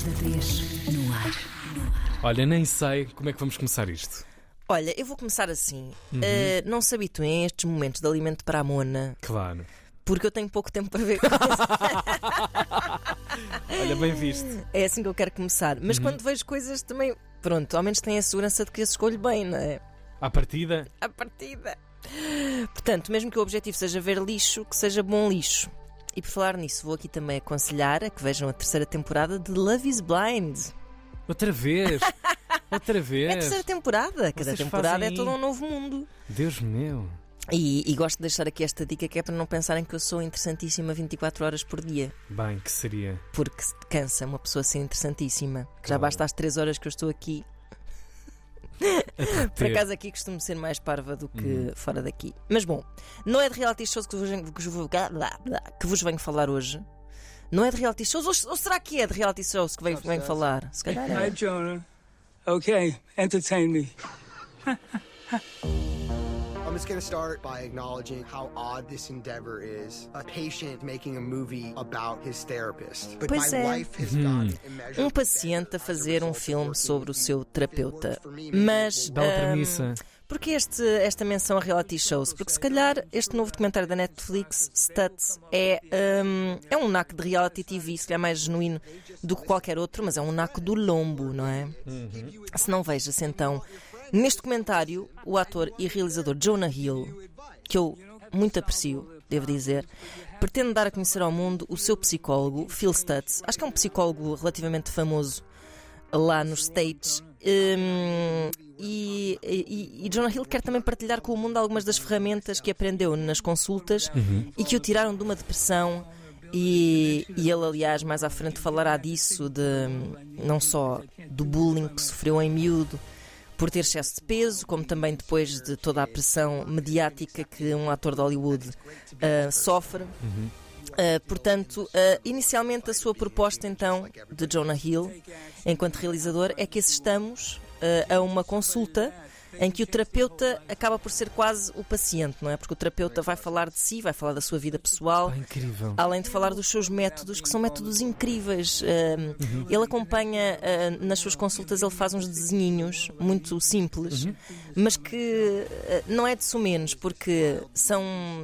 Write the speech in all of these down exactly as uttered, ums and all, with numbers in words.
da três no ar. Olha, nem sei como é que vamos começar isto. Olha, eu vou começar assim. Uhum. Uh, não se habituem a estes momentos de alimento para a Mona, Claro. porque eu tenho pouco tempo para ver coisas. Olha, bem visto. É assim que eu quero começar. Mas Uhum. quando vejo coisas também, pronto, ao menos tenho a segurança de que as escolho bem, não é? À partida, À partida. Portanto, mesmo que o objetivo seja ver lixo, que seja bom lixo. E por falar nisso, vou aqui também aconselhar a que vejam a terceira temporada de Love is Blind. outra vez. Outra É a vez. terceira temporada. Cada Vocês temporada fazem- é todo um novo mundo. Deus meu. E, e gosto de deixar aqui esta dica que é para não pensarem que eu sou interessantíssima vinte e quatro horas por dia. Bem, que seria. Porque se cansa uma pessoa ser interessantíssima. Que já Claro. basta as três horas que eu estou aqui. Por acaso aqui costumo ser mais parva do que Uhum. fora daqui. Mas bom, não é de reality shows que vos, que vos- que vos venho falar hoje. Não é de reality shows. Ou, ou será que é de reality shows que venho, venho falar? Se calhar é. Hi, Jonah. Okay, entertain me. I'm just gonna start by acknowledging how odd this endeavor is. A patient making a movie about his therapist. But Pois my é. life has gotten immeasurably Um paciente a fazer um filme sobre o seu terapeuta. Mas. Bela ahm, premissa. Porquê este, esta menção a reality shows? Porque se calhar este novo documentário da Netflix, Stutz, é, um, é um naco de reality T V, se calhar mais genuíno do que qualquer outro, mas é um naco do lombo, não é? Se não, veja-se então. Neste documentário, o ator e realizador Jonah Hill, que eu muito aprecio, devo dizer, pretende dar a conhecer ao mundo o seu psicólogo, Phil Stutz. Acho que é um psicólogo relativamente famoso lá nos States. Hum, e, e, e Jonah Hill quer também partilhar com o mundo algumas das ferramentas que aprendeu nas consultas e que o tiraram de uma depressão. E, e ele, aliás, mais à frente falará disso, de não só do bullying que sofreu em miúdo por ter excesso de peso, como também depois de toda a pressão mediática que um ator de Hollywood uh, sofre. Uh, portanto, uh, inicialmente a sua proposta então de Jonah Hill, enquanto realizador, é que assistamos uh, a uma consulta em que o terapeuta acaba por ser quase o paciente, não é? Porque o terapeuta vai falar de si, vai falar da sua vida pessoal, Ah, incrível. além de falar dos seus métodos, que são métodos incríveis. Um, Ele acompanha, uh, nas suas consultas, ele faz uns desenhinhos muito simples, mas que uh, não é de sumenos, porque são.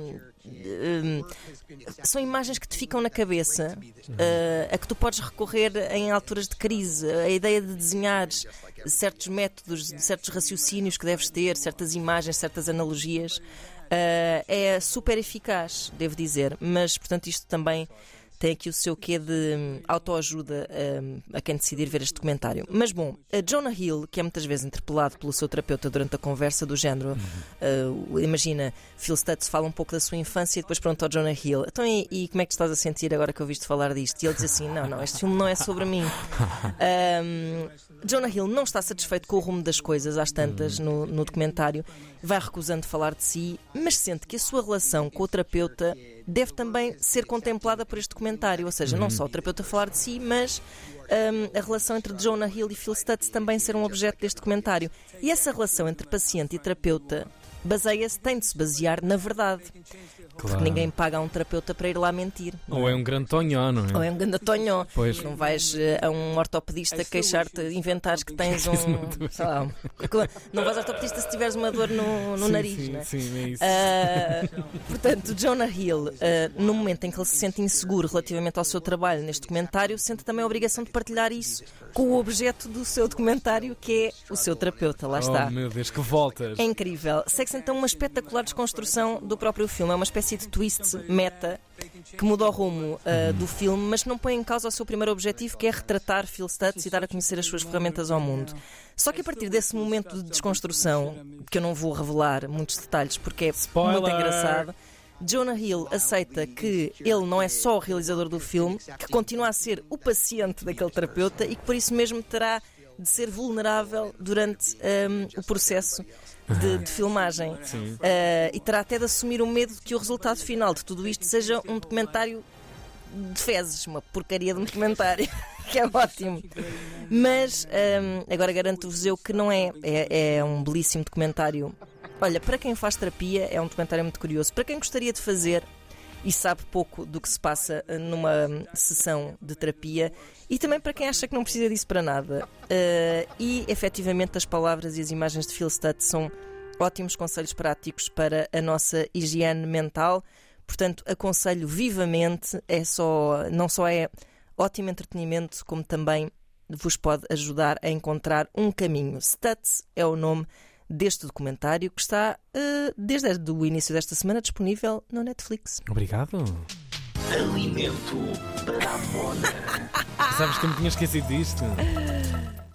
Um, são imagens que te ficam na cabeça, uh, a que tu podes recorrer em alturas de crise. A ideia de desenhar certos métodos, certos raciocínios que deves ter, certas imagens, certas analogias, uh, é super eficaz, devo dizer. Mas, portanto, isto também tem aqui o seu quê de hum, autoajuda hum, a quem decidir ver este documentário. Mas bom, a Jonah Hill, que é muitas vezes interpelado pelo seu terapeuta durante a conversa do género, uh, imagina, Phil Stutz fala um pouco da sua infância e depois pergunta ao Jonah Hill: então e, e como é que te estás a sentir agora que ouviste falar disto? E ele diz assim: não, não, este filme não é sobre mim. Um, Jonah Hill não está satisfeito com o rumo das coisas às tantas no, no documentário, vai recusando falar de si, mas sente que a sua relação com o terapeuta deve também ser contemplada por este documentário, ou seja, não só o terapeuta falar de si, mas um, a relação entre Jonah Hill e Phil Stutz também ser um objeto deste documentário. E essa relação entre paciente e terapeuta baseia-se, tem de se basear na verdade. Porque Claro. ninguém paga a um terapeuta para ir lá mentir. não Ou é um grande tonhó, não é? Ou é um grande tonhó. Pois. Não vais eh, a um ortopedista queixar-te, inventares que tens um. Sei lá, um- não vais ao ortopedista se tiveres uma dor no, no sim, nariz, sim, né? sim, é isso. Ah, portanto, Jonah Hill, ah, no momento em que ele se sente inseguro relativamente ao seu trabalho neste documentário, sente também a obrigação de partilhar isso com o objeto do seu documentário, que é o seu terapeuta. Lá está. Oh, meu Deus, que voltas. É incrível. Segue-se então uma espetacular desconstrução do próprio filme. É uma espécie de twist meta que muda o rumo uh, do filme, mas que não põe em causa o seu primeiro objetivo, que é retratar Phil Stutz e dar a conhecer as suas ferramentas ao mundo. Só que a partir desse momento de desconstrução, que eu não vou revelar muitos detalhes porque é Spoiler! muito engraçado, Jonah Hill aceita que ele não é só o realizador do filme, que continua a ser o paciente daquele terapeuta e que por isso mesmo terá de ser vulnerável durante um, o processo de, de filmagem. Sim. Uh, e terá até de assumir o medo de que o resultado final de tudo isto seja um documentário de fezes, uma porcaria de um documentário, que é ótimo. Mas um, agora garanto-vos eu que não é. é. É um belíssimo documentário. Olha, para quem faz terapia é um documentário muito curioso. Para quem gostaria de fazer, e sabe pouco do que se passa numa sessão de terapia, e também para quem acha que não precisa disso para nada. Uh, e efetivamente as palavras e as imagens de Phil Stutz são ótimos conselhos práticos para a nossa higiene mental. Portanto, aconselho vivamente. É só, não só é ótimo entretenimento, como também vos pode ajudar a encontrar um caminho. Stutz é o nome deste documentário que está uh, desde o início desta semana disponível no Netflix. Obrigado. Alimento para a Mona. Sabes que eu me tinha esquecido disto?